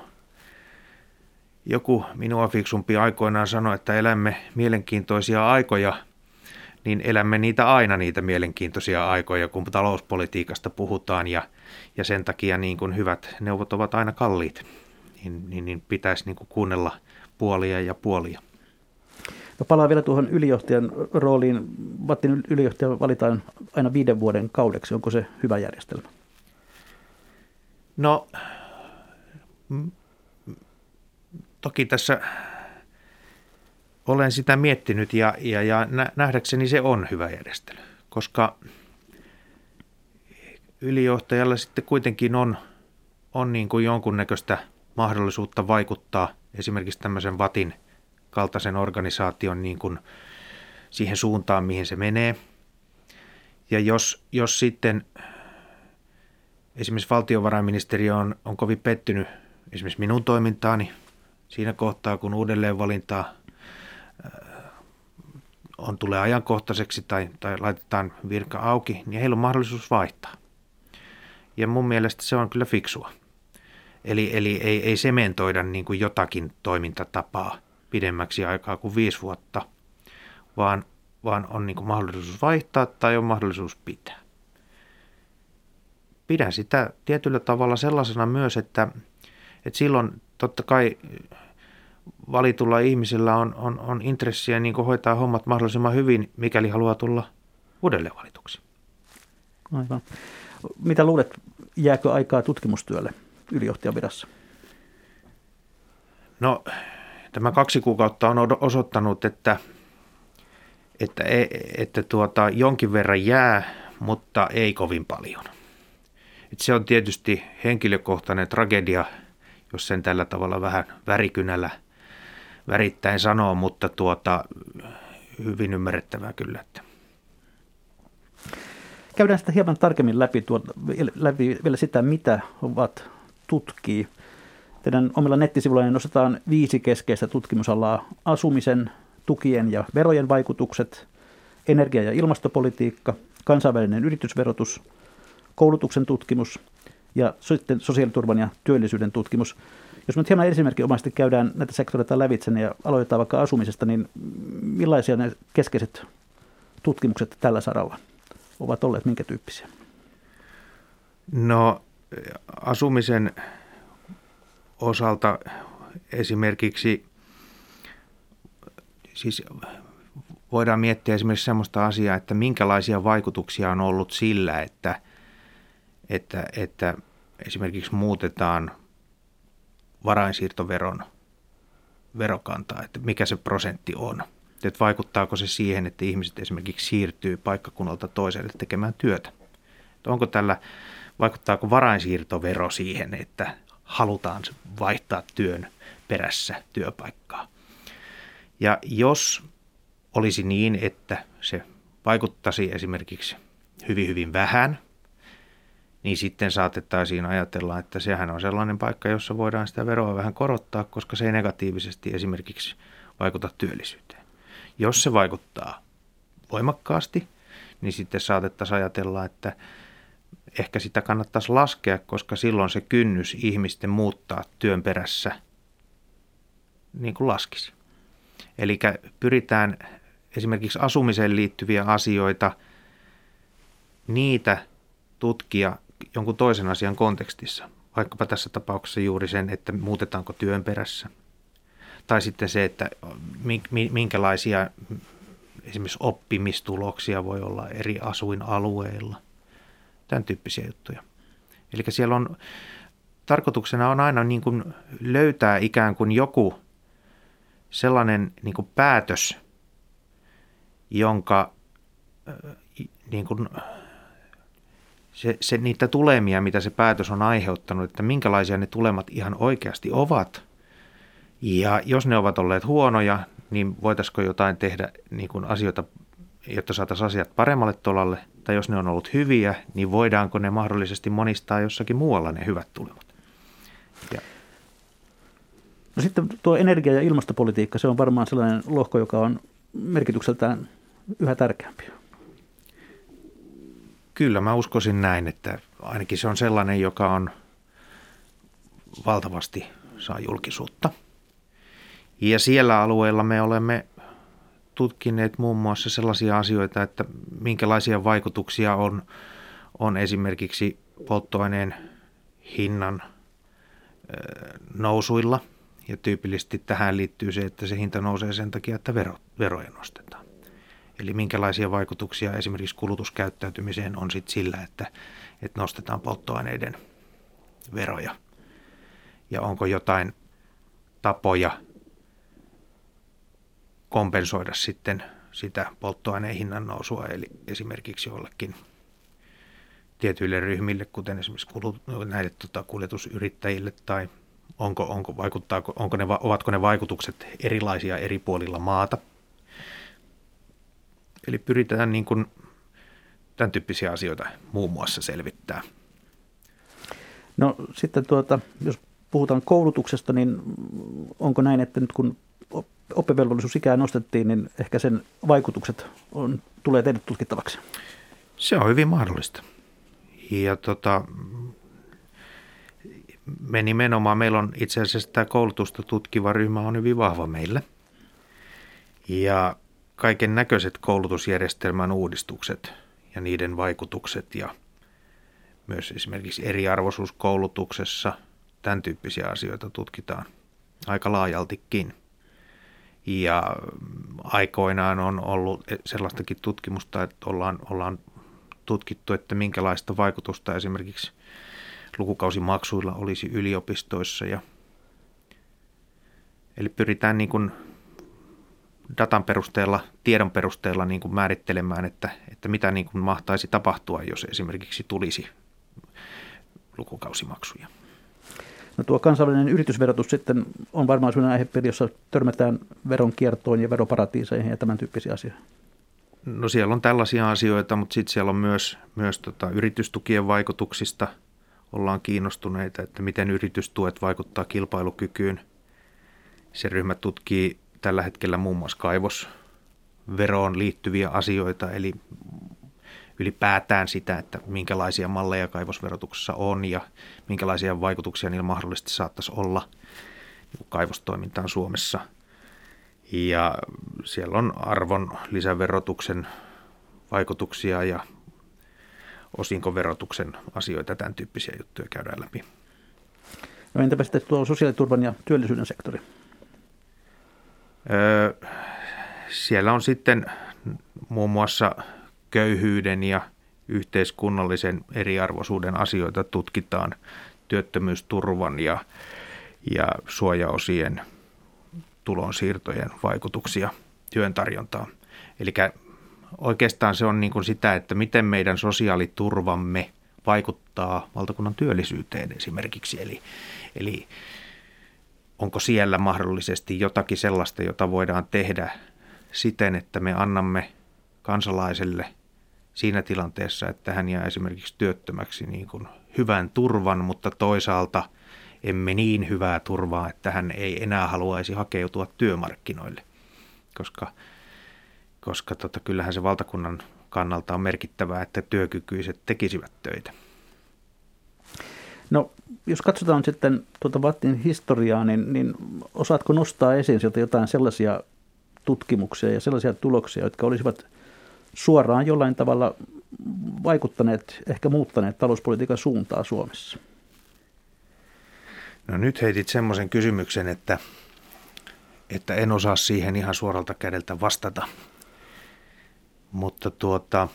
joku minua fiksumpi aikoinaan sanoi, että elämme mielenkiintoisia aikoja, niin elämme niitä aina niitä mielenkiintoisia aikoja, kun talouspolitiikasta puhutaan ja, ja sen takia niin kuin hyvät neuvot ovat aina kalliit, niin, niin, niin pitäisi niin kuin kuunnella puolia ja puolia. No palaan vielä tuohon ylijohtajan rooliin. Vattin ylijohtaja valitaan aina viiden vuoden kaudeksi. Onko se hyvä järjestelmä? No, m- toki tässä olen sitä miettinyt ja, ja, ja nähdäkseni se on hyvä järjestely, koska ylijohtajalla sitten kuitenkin on, on niin kuin jonkunnäköistä mahdollisuutta vaikuttaa esimerkiksi tämmöisen Vatin kaltaisen organisaation niin kuin siihen suuntaan, mihin se menee. Ja jos, jos sitten esimerkiksi valtiovarainministeriö on, on kovin pettynyt esimerkiksi minun toimintaani siinä kohtaa, kun uudelleenvalintaa on tulee ajankohtaiseksi tai, tai laitetaan virka auki, niin heillä on mahdollisuus vaihtaa. Ja mun mielestä se on kyllä fiksua. Eli, eli ei, ei sementoida niin kuin jotakin toimintatapaa pidemmäksi aikaa kuin viisi vuotta, vaan, vaan on niin kuin mahdollisuus vaihtaa tai on mahdollisuus pitää. Pidän sitä tietyllä tavalla sellaisena myös, että, että silloin totta kai valitulla ihmisellä on, on, on intressiä niin kuin hoitaa hommat mahdollisimman hyvin, mikäli haluaa tulla uudelleen valituksi. Aivan. Mitä luulet, jääkö aikaa tutkimustyölle ylijohtajan virassa? No, tämä kaksi kuukautta on osoittanut, että, että, että tuota, jonkin verran jää, mutta ei kovin paljon. Et se on tietysti henkilökohtainen tragedia, jos sen tällä tavalla vähän värikynällä värittäin sanoo, mutta tuota, hyvin ymmärrettävää kyllä. Että. Käydään sitä hieman tarkemmin läpi, tuota, läpi vielä sitä, mitä ovat tutkii. Teidän omilla nettisivuillanne nostetaan viisi keskeistä tutkimusalaa: asumisen, tukien ja verojen vaikutukset, energia- ja ilmastopolitiikka, kansainvälinen yritysverotus, koulutuksen tutkimus ja sitten sosiaaliturvan ja työllisyyden tutkimus. Jos me nyt hieman esimerkinomaisesti käydään näitä sektoreita lävitse ja aloitetaan vaikka asumisesta, niin millaisia ne keskeiset tutkimukset tällä saralla ovat olleet, minkä tyyppisiä? No, asumisen osalta esimerkiksi, siis voidaan miettiä esimerkiksi sellaista asiaa, että minkälaisia vaikutuksia on ollut sillä, että, että, että esimerkiksi muutetaan varainsiirtoveron verokantaa, että mikä se prosentti on. Että vaikuttaako se siihen, että ihmiset esimerkiksi siirtyy paikkakunnalta toiselle tekemään työtä. Että onko tällä, vaikuttaako varainsiirtovero siihen, että halutaan vaihtaa työn perässä työpaikkaa. Ja jos olisi niin, että se vaikuttaisi esimerkiksi hyvin hyvin vähän, niin sitten saatettaisiin ajatella, että sehän on sellainen paikka, jossa voidaan sitä veroa vähän korottaa, koska se ei negatiivisesti esimerkiksi vaikuta työllisyyteen. Jos se vaikuttaa voimakkaasti, niin sitten saatettaisiin ajatella, että ehkä sitä kannattaisi laskea, koska silloin se kynnys ihmisten muuttaa työn perässä niin kuin laskisi. Eli pyritään esimerkiksi asumiseen liittyviä asioita, niitä tutkia jonkun toisen asian kontekstissa. Vaikkapa tässä tapauksessa juuri sen, että muutetaanko työn perässä. Tai sitten se, että minkälaisia esimerkiksi oppimistuloksia voi olla eri asuinalueilla. Tämän tyyppisiä juttuja. Eli siellä on, tarkoituksena on aina niin kuin löytää ikään kuin joku sellainen niin kuin päätös, jonka niin kuin, se, se, niitä tulemia, mitä se päätös on aiheuttanut, että minkälaisia ne tulemat ihan oikeasti ovat. Ja jos ne ovat olleet huonoja, niin voitaisiko jotain tehdä niin kuin asioita, jotta saataisiin asiat paremmalle tolalle. Tai jos ne on ollut hyviä, niin voidaanko ne mahdollisesti monistaa jossakin muualla ne hyvät tulemat. Ja. No sitten tuo energia- ja ilmastopolitiikka, se on varmaan sellainen lohko, joka on merkitykseltään yhä tärkeämpi. Kyllä mä uskoisin näin, että ainakin se on sellainen, joka on valtavasti saa julkisuutta. Ja siellä alueella me olemme tutkineet muun muassa sellaisia asioita, että minkälaisia vaikutuksia on, on esimerkiksi polttoaineen hinnan nousuilla. Ja tyypillisesti tähän liittyy se, että se hinta nousee sen takia, että vero, veroja nostetaan. Eli minkälaisia vaikutuksia esimerkiksi kulutuskäyttäytymiseen on sit sillä, että, että nostetaan polttoaineiden veroja. Ja onko jotain tapoja kompensoida sitten sitä polttoaineen hinnan nousua, eli esimerkiksi jollekin tietyille ryhmille, kuten esimerkiksi kulut, näille tota, kuljetusyrittäjille, tai onko, onko, vaikuttaako, onko ne, ovatko ne vaikutukset erilaisia eri puolilla maata. Eli pyritään niin kuin tämän tyyppisiä asioita muun muassa selvittää. No sitten tuota, jos puhutaan koulutuksesta, niin onko näin, että nyt kun oppivelvollisuusikää nostettiin, niin ehkä sen vaikutukset on, tulee teille tutkittavaksi? Se on hyvin mahdollista. Ja tota, me nimenomaan, meillä on itse asiassa tämä koulutusta tutkiva ryhmä on hyvin vahva meillä. Ja kaiken näköiset koulutusjärjestelmän uudistukset ja niiden vaikutukset ja myös esimerkiksi eriarvoisuus koulutuksessa, tämän tyyppisiä asioita tutkitaan aika laajaltikin. Ja aikoinaan on ollut sellaistakin tutkimusta, että ollaan, ollaan tutkittu, että minkälaista vaikutusta esimerkiksi lukukausimaksuilla olisi yliopistoissa. Ja, eli pyritään niin kuin datan perusteella, tiedon perusteella niin kuin määrittelemään, että, että mitä niin kuin mahtaisi tapahtua, jos esimerkiksi tulisi lukukausimaksuja. No tuo kansainvälinen yritysverotus sitten on varmaan sellainen aihepiiri, jossa törmätään veronkiertoon ja veroparatiiseihin ja tämän tyyppisiä asioita. No siellä on tällaisia asioita, mutta sitten siellä on myös, myös tota, yritystukien vaikutuksista. Ollaan kiinnostuneita, että miten yritystuet vaikuttaa kilpailukykyyn. Se ryhmä tutkii tällä hetkellä muun muassa kaivosveroon liittyviä asioita, eli ylipäätään sitä, että minkälaisia malleja kaivosverotuksessa on ja minkälaisia vaikutuksia niillä mahdollisesti saattaisi olla kaivostoimintaan Suomessa. Ja siellä on arvon lisäverotuksen vaikutuksia ja osinkoverotuksen asioita, tämän tyyppisiä juttuja käydään läpi. No entäpä sitten tuo sosiaaliturvan ja työllisyyden sektori? Öö, siellä on sitten muun muassa köyhyyden ja yhteiskunnallisen eriarvoisuuden asioita tutkitaan, työttömyysturvan ja, ja suojaosien tulonsiirtojen vaikutuksia työn tarjontaan. Eli oikeastaan se on niin kuin sitä, että miten meidän sosiaaliturvamme vaikuttaa valtakunnan työllisyyteen esimerkiksi. Eli, eli onko siellä mahdollisesti jotakin sellaista, jota voidaan tehdä siten, että me annamme kansalaiselle siinä tilanteessa, että hän jää esimerkiksi työttömäksi niin kuin hyvän turvan, mutta toisaalta emme niin hyvää turvaa, että hän ei enää haluaisi hakeutua työmarkkinoille, koska, koska tota, kyllähän se valtakunnan kannalta on merkittävää, että työkykyiset tekisivät töitä. No, jos katsotaan sitten tuota VATTin historiaa, niin, niin osaatko nostaa esiin sieltä jotain sellaisia tutkimuksia ja sellaisia tuloksia, jotka olisivat suoraan jollain tavalla vaikuttaneet, ehkä muuttaneet talouspolitiikan suuntaa Suomessa? No nyt heitit semmoisen kysymyksen, että, että en osaa siihen ihan suoralta kädeltä vastata. Mutta tuota,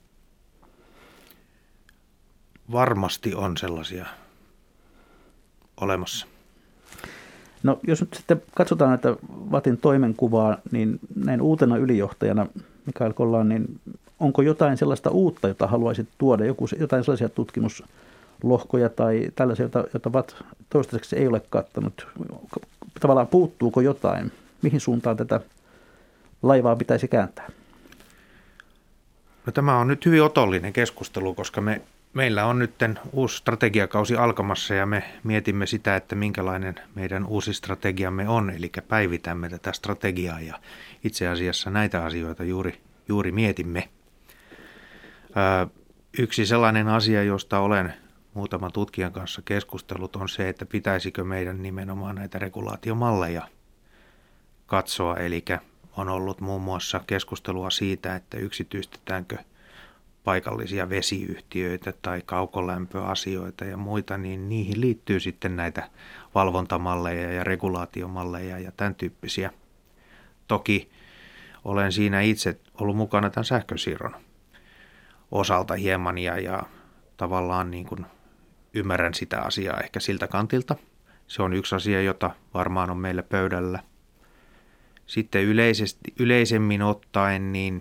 varmasti on sellaisia olemassa. No jos nyt sitten katsotaan näitä VATTin toimenkuvaa, niin näin uutena ylijohtajana, Mikael Kollaan, niin onko jotain sellaista uutta, jota haluaisit tuoda, joku, jotain sellaisia tutkimuslohkoja tai tällaisia, jota, jota V A T toistaiseksi ei ole kattanut? Tavallaan puuttuuko jotain? Mihin suuntaan tätä laivaa pitäisi kääntää? No, tämä on nyt hyvin otollinen keskustelu, koska me, meillä on nyt uusi strategiakausi alkamassa ja me mietimme sitä, että minkälainen meidän uusi strategiamme on, eli päivitämme tätä strategiaa ja itse asiassa näitä asioita juuri, juuri mietimme. Ö, yksi sellainen asia, josta olen muutaman tutkijan kanssa keskustellut, on se, että pitäisikö meidän nimenomaan näitä regulaatiomalleja katsoa, eli on ollut muun muassa keskustelua siitä, että yksityistetäänkö paikallisia vesiyhtiöitä tai kaukolämpöasioita ja muita, niin niihin liittyy sitten näitä valvontamalleja ja regulaatiomalleja ja tämän tyyppisiä. Toki olen siinä itse ollut mukana tämän sähkönsiirron osalta hieman ja, ja tavallaan niin kuin ymmärrän sitä asiaa ehkä siltä kantilta. Se on yksi asia, jota varmaan on meillä pöydällä. Sitten yleisesti, yleisemmin ottaen, niin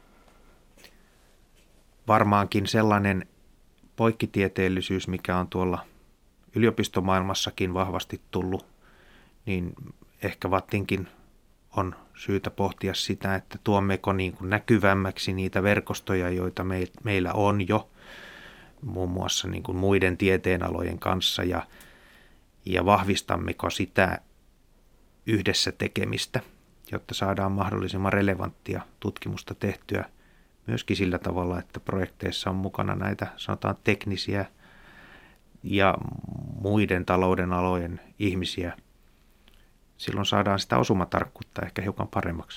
varmaankin sellainen poikkitieteellisyys, mikä on tuolla yliopistomaailmassakin vahvasti tullut, niin ehkä VATTinkin on syytä pohtia sitä, että tuommeko niin kuin näkyvämmäksi niitä verkostoja, joita me, meillä on jo muun muassa niin kuin muiden tieteenalojen kanssa ja, ja vahvistammeko sitä yhdessä tekemistä, jotta saadaan mahdollisimman relevanttia tutkimusta tehtyä myöskin sillä tavalla, että projekteissa on mukana näitä sanotaan teknisiä ja muiden talouden alojen ihmisiä. Silloin saadaan sitä osumatarkkuutta ehkä hiukan paremmaksi.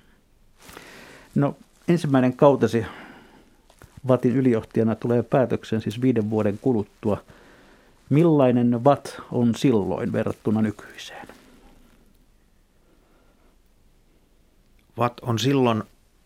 No ensimmäinen kautesi VATTin ylijohtajana tulee päätökseen siis viiden vuoden kuluttua. Millainen V A T on silloin verrattuna nykyiseen? V A T on silloin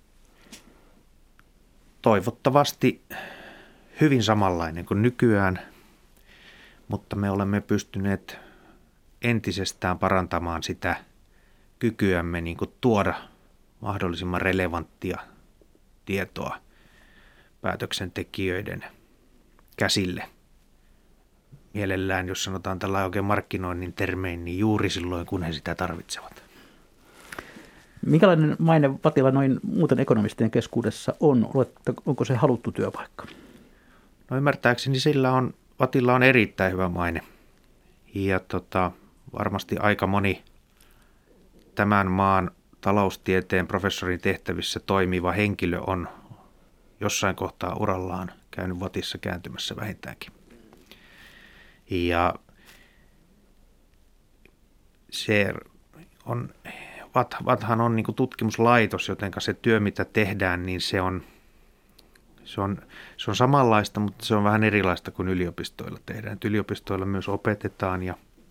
toivottavasti hyvin samanlainen kuin nykyään, mutta me olemme pystyneet entisestään parantamaan sitä kykyämme niin kuin tuoda mahdollisimman relevanttia tietoa päätöksentekijöiden käsille. Mielellään, jos sanotaan tällä oikein markkinoinnin termein, niin juuri silloin, kun he sitä tarvitsevat. Minkälainen maine VATilla noin muuten ekonomistien keskuudessa on? Onko se haluttu työpaikka? No ymmärtääkseni sillä on, VATilla on erittäin hyvä maine. Ja tota, varmasti aika moni tämän maan taloustieteen professorin tehtävissä toimiva henkilö on jossain kohtaa urallaan käynyt VATissa kääntymässä vähintäänkin. Ja se on, VAT, VAThan on niin kuin tutkimuslaitos, joten se työ, mitä tehdään, niin se on, se, on, se on samanlaista, mutta se on vähän erilaista kuin yliopistoilla tehdään. Et yliopistoilla myös opetetaan ja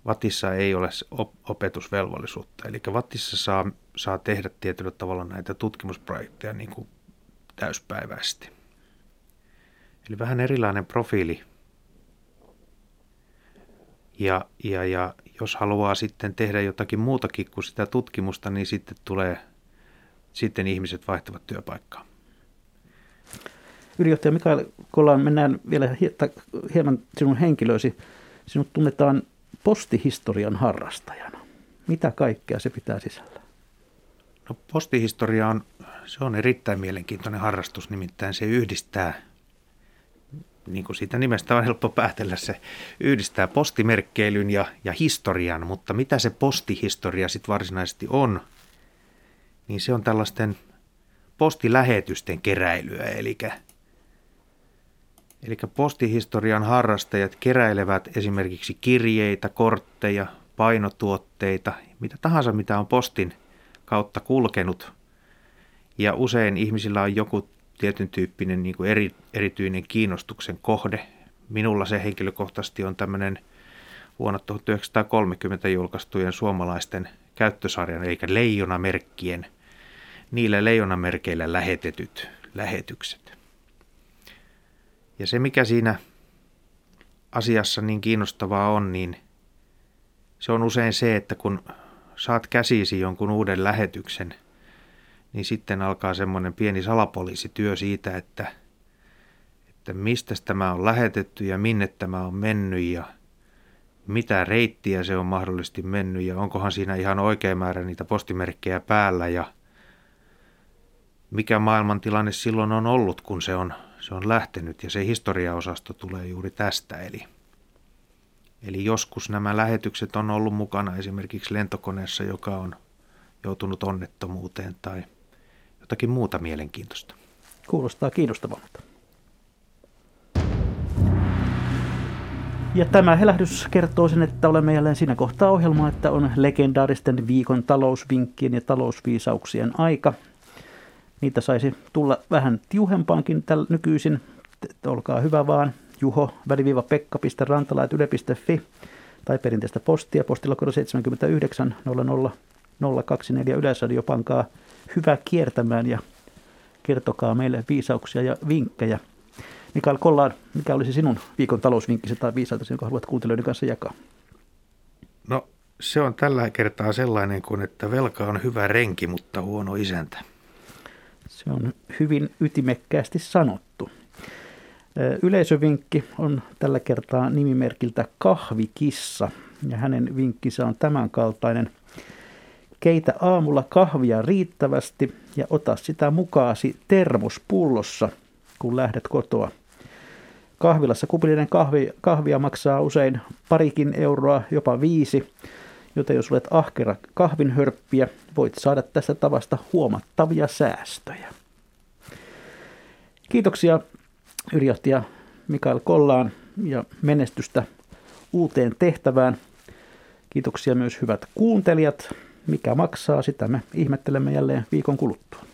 vatissa ei ole opetusvelvollisuutta. Eli vatissa saa, saa tehdä tietyllä tavalla näitä tutkimusprojekteja niin kuin täyspäiväisesti. Eli vähän erilainen profiili. Ja, ja, ja jos haluaa sitten tehdä jotakin muutakin kuin sitä tutkimusta, niin sitten tulee, sitten ihmiset vaihtavat työpaikkaa. Ylijohtaja Mikael Kollaan, mennään vielä hieman sinun henkilösi. Sinut tunnetaan postihistorian harrastajana. Mitä kaikkea se pitää sisällä? No, postihistoria on, se on erittäin mielenkiintoinen harrastus, nimittäin se yhdistää, niin kuin siitä nimestä on helppo päätellä, se yhdistää postimerkkeilyn ja, ja historian, mutta mitä se postihistoria sitten varsinaisesti on, niin se on tällaisten postilähetysten keräilyä, eli Eli postihistorian harrastajat keräilevät esimerkiksi kirjeitä, kortteja, painotuotteita, mitä tahansa, mitä on postin kautta kulkenut. Ja usein ihmisillä on joku tietyn tyyppinen niin kuin eri, erityinen kiinnostuksen kohde. Minulla se henkilökohtaisesti on tämmöinen vuonna tuhatyhdeksänsataakolmekymmentä julkaistujen suomalaisten käyttösarjan, eli leijonamerkkien, niillä leijonamerkeillä lähetetyt lähetykset. Ja se, mikä siinä asiassa niin kiinnostavaa on, niin se on usein se, että kun saat käsisi jonkun uuden lähetyksen, niin sitten alkaa semmoinen pieni salapoliisityö siitä, että, että mistä tämä on lähetetty ja minne tämä on mennyt ja mitä reittiä se on mahdollisesti mennyt ja onkohan siinä ihan oikea määrä niitä postimerkkejä päällä ja mikä maailmantilanne silloin on ollut, kun se on, se on lähtenyt. Ja se historiaosasto tulee juuri tästä. Eli, eli joskus nämä lähetykset on ollut mukana esimerkiksi lentokoneessa, joka on joutunut onnettomuuteen tai jotakin muuta mielenkiintoista. Kuulostaa kiinnostavalta. Ja tämä helähdys kertoo sen, että olemme jälleen siinä kohtaa ohjelmaa, että on legendaaristen viikon talousvinkkien ja talousviisauksien aika. Niitä saisi tulla vähän tiuhempaankin tällä nykyisin. Olkaa hyvä vaan. Juho, väliviiva pekka piste rantala ät yle piste fi tai perinteistä postia. Postilokero seitsemänkymmentäyhdeksän nolla nolla nolla kaksikymmentäneljä Yleisradio. Pankaa hyvä kiertämään ja kertokaa meille viisauksia ja vinkkejä. Mikael Kollaan, mikä olisi sinun viikon talousvinkkisi tai viisautesi, jonka haluat kuuntelijoiden kanssa jakaa? No, se on tällä kertaa sellainen kuin, että velka on hyvä renki, mutta huono isäntä. Se on hyvin ytimekkäästi sanottu. Yleisövinkki on tällä kertaa nimimerkiltä Kahvikissa ja hänen vinkkinsä on tämänkaltainen. Keitä aamulla kahvia riittävästi ja ota sitä mukaasi termospullossa, kun lähdet kotoa. Kahvilassa kupillinen kahvi, kahvia maksaa usein parikin euroa, jopa viisi, joten jos olet ahkera kahvinhörppiä, voit saada tästä tavasta huomattavia säästöjä. Kiitoksia ylijohtaja Mikael Kollaan ja menestystä uuteen tehtävään. Kiitoksia myös hyvät kuuntelijat. Mikä maksaa, sitä me ihmettelemme jälleen viikon kuluttua.